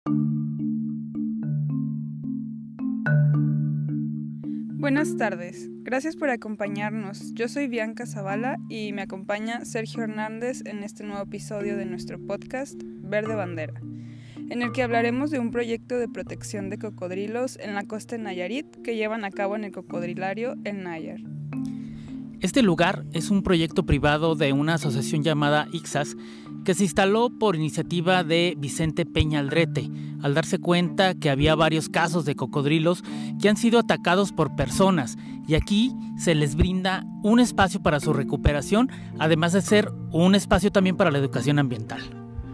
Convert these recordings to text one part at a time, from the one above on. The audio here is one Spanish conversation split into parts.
Buenas tardes, gracias por acompañarnos. Yo soy Bianca Zavala y me acompaña Sergio Hernández en este nuevo episodio de nuestro podcast Verde Bandera, en el que hablaremos de un proyecto de protección de cocodrilos en la costa de Nayarit que llevan a cabo en el cocodrilario El Nayar. Este lugar es un proyecto privado de una asociación llamada Ixas que se instaló por iniciativa de Vicente Peña Aldrete, al darse cuenta que había varios casos de cocodrilos que han sido atacados por personas y aquí se les brinda un espacio para su recuperación, además de ser un espacio también para la educación ambiental.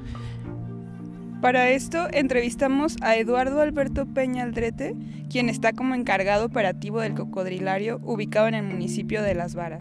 Para esto entrevistamos a Eduardo Alberto Peña Aldrete, quien está como encargado operativo del cocodrilario ubicado en el municipio de Las Varas.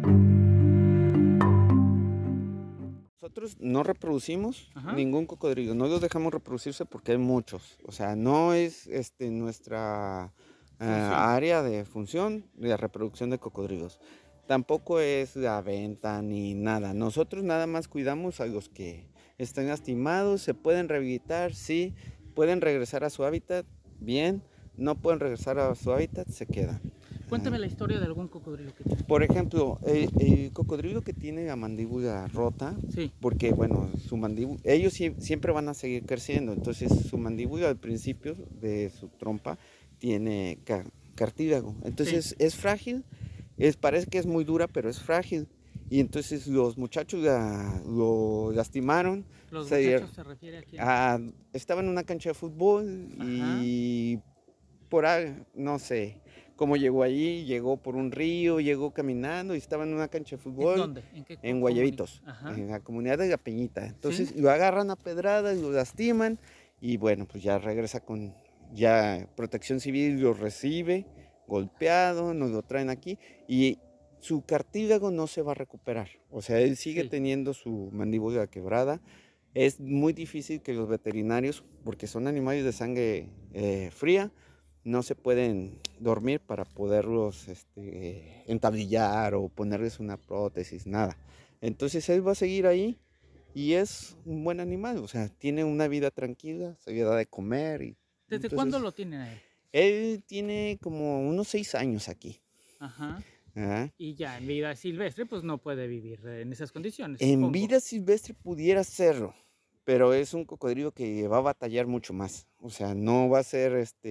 Nosotros no reproducimos ningún cocodrilo, no los dejamos reproducirse porque hay muchos. O sea, no es nuestra área de función de reproducción de cocodrilos. Tampoco es la venta ni nada. Nosotros nada más cuidamos a los que están lastimados, se pueden rehabilitar, sí, pueden regresar a su hábitat, bien, no pueden regresar a su hábitat, se quedan. Cuéntame la historia de algún cocodrilo que tiene. Por ejemplo, el cocodrilo que tiene la mandíbula rota, Sí. porque bueno, su mandíbula, ellos siempre van a seguir creciendo, entonces su mandíbula al principio de su trompa tiene cartílago, entonces es frágil, parece que es muy dura, pero es frágil. Y entonces los muchachos lo lastimaron. ¿Los muchachos se refiere a quién? Estaba en una cancha de fútbol y por ahí, no sé cómo llegó allí, llegó por un río, llegó caminando y estaba en una cancha de fútbol. ¿En dónde? En Guayabitos, en la comunidad de La Peñita. Entonces lo agarran a pedradas, lo lastiman y bueno, pues ya regresa con Protección Civil, lo recibe golpeado, nos lo traen aquí y su cartílago no se va a recuperar, o sea, él sigue teniendo su mandíbula quebrada. Es muy difícil que los veterinarios, porque son animales de sangre fría, no se pueden dormir para poderlos entablillar o ponerles una prótesis, nada. Entonces él va a seguir ahí y es un buen animal, o sea, tiene una vida tranquila, se le da de comer. ¿Desde cuándo lo tienen a él? Él tiene como unos 6 años aquí. Ajá. Y ya en vida silvestre pues no puede vivir en esas condiciones. En vida silvestre pudiera serlo, pero es un cocodrilo que va a batallar mucho más. O sea, no va a ser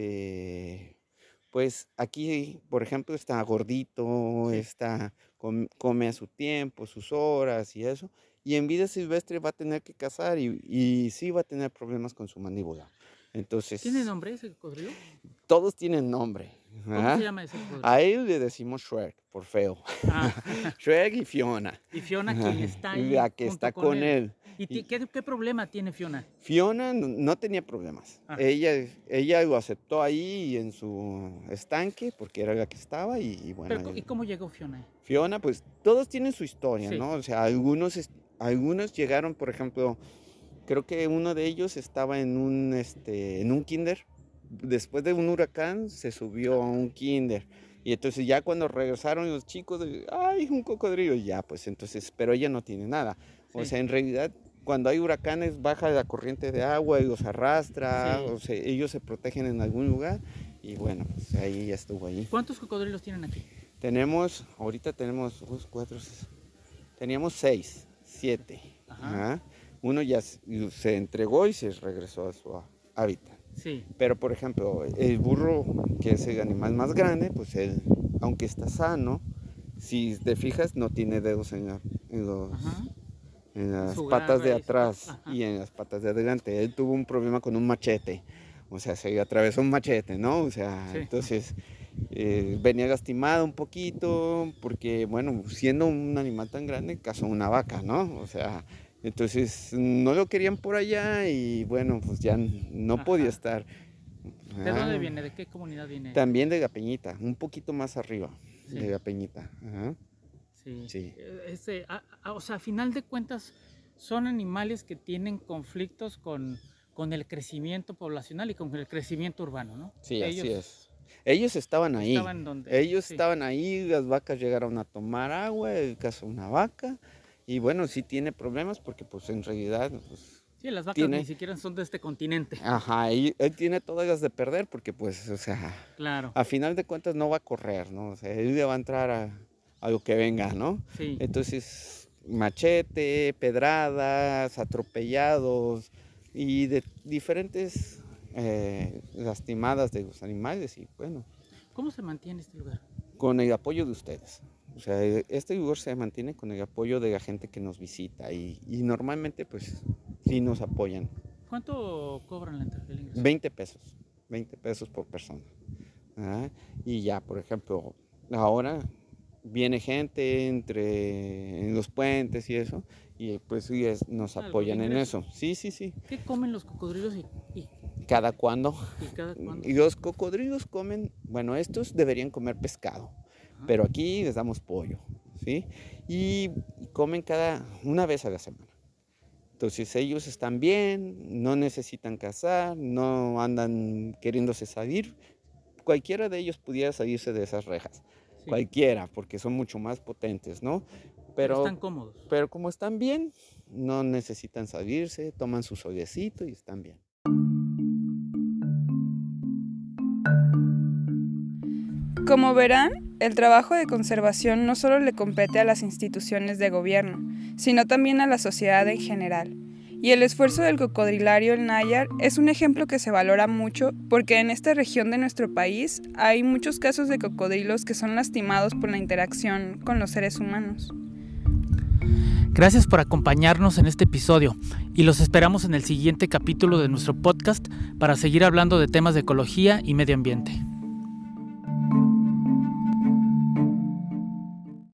pues aquí, por ejemplo, está gordito, come a su tiempo, sus horas y eso. Y en vida silvestre va a tener que cazar y sí va a tener problemas con su mandíbula. Entonces, ¿tiene nombre ese cocodrilo? Todos tienen nombre. ¿Cómo se llama ese cocodrilo? A él le decimos Shrek, por feo. Shrek y Fiona. ¿Y Fiona quién está ahí? La que está con él. ¿Y qué problema tiene Fiona? Fiona no tenía problemas. Ella lo aceptó ahí en su estanque porque era la que estaba y bueno. Pero, ¿y cómo llegó Fiona? Fiona, pues todos tienen su historia, ¿no? O sea, algunos llegaron, por ejemplo, creo que uno de ellos estaba en un kinder. Después de un huracán se subió a un kinder. Y entonces ya cuando regresaron los chicos, ¡ay, un cocodrilo! Ya, pues entonces, pero ella no tiene nada. O sea, en realidad, cuando hay huracanes, baja la corriente de agua y los arrastra. O sea, ellos se protegen en algún lugar. Y bueno, pues ahí ya estuvo ahí. ¿Cuántos cocodrilos tienen aquí? Ahorita tenemos 4, teníamos 6, 7. Uno ya se entregó y se regresó a su hábitat. Sí. Pero, por ejemplo, el burro, que es el animal más grande, pues él, aunque está sano, si te fijas, no tiene dedos en las patas de atrás y en las patas de adelante. Él tuvo un problema con un machete, o sea, se atravesó un machete, ¿no? O sea, entonces venía lastimado un poquito porque, bueno, siendo un animal tan grande, cazó una vaca, ¿no? O sea, entonces no lo querían por allá y bueno, pues ya no podía estar. ¿De dónde viene? ¿De qué comunidad viene? También de La Peñita, un poquito más arriba de La Peñita. Sí. O sea, a final de cuentas son animales que tienen conflictos con el crecimiento poblacional y con el crecimiento urbano, ¿no? Sí, así es. Ellos estaban ahí. Estaban ahí, las vacas llegaron a tomar agua, él cazó una vaca. Y bueno, sí tiene problemas porque pues en realidad pues, Sí, las vacas ni siquiera son de este continente. Ajá, él tiene todas las de perder porque pues, o sea, claro, a final de cuentas no va a correr, ¿no? O sea, él le va a entrar a lo que venga, ¿no? sí. Entonces, machete, pedradas, atropellados y de diferentes lastimadas de los animales y bueno. ¿Cómo se mantiene este lugar? Con el apoyo de ustedes. O sea, este lugar se mantiene con el apoyo de la gente que nos visita y normalmente pues sí nos apoyan. ¿Cuánto cobran la entrada del ingreso? 20 pesos por persona. ¿Ah? Y ya, por ejemplo, ahora viene gente en los puentes y eso, y pues sí nos apoyan en eso. Sí. ¿Qué comen los cocodrilos y ¿Cada cuándo? ¿Y cada cuándo? Y los cocodrilos comen, bueno, estos deberían comer pescado, pero aquí les damos pollo, ¿sí? Y comen una vez a la semana. Entonces ellos están bien, no necesitan cazar, no andan queriéndose salir. Cualquiera de ellos pudiera salirse de esas rejas. Sí. Cualquiera, porque son mucho más potentes, ¿no? Pero están cómodos. Pero como están bien, no necesitan salirse, toman su solecito y están bien. Como verán, el trabajo de conservación no solo le compete a las instituciones de gobierno, sino también a la sociedad en general. Y el esfuerzo del cocodrilario El Nayar es un ejemplo que se valora mucho porque en esta región de nuestro país hay muchos casos de cocodrilos que son lastimados por la interacción con los seres humanos. Gracias por acompañarnos en este episodio y los esperamos en el siguiente capítulo de nuestro podcast para seguir hablando de temas de ecología y medio ambiente.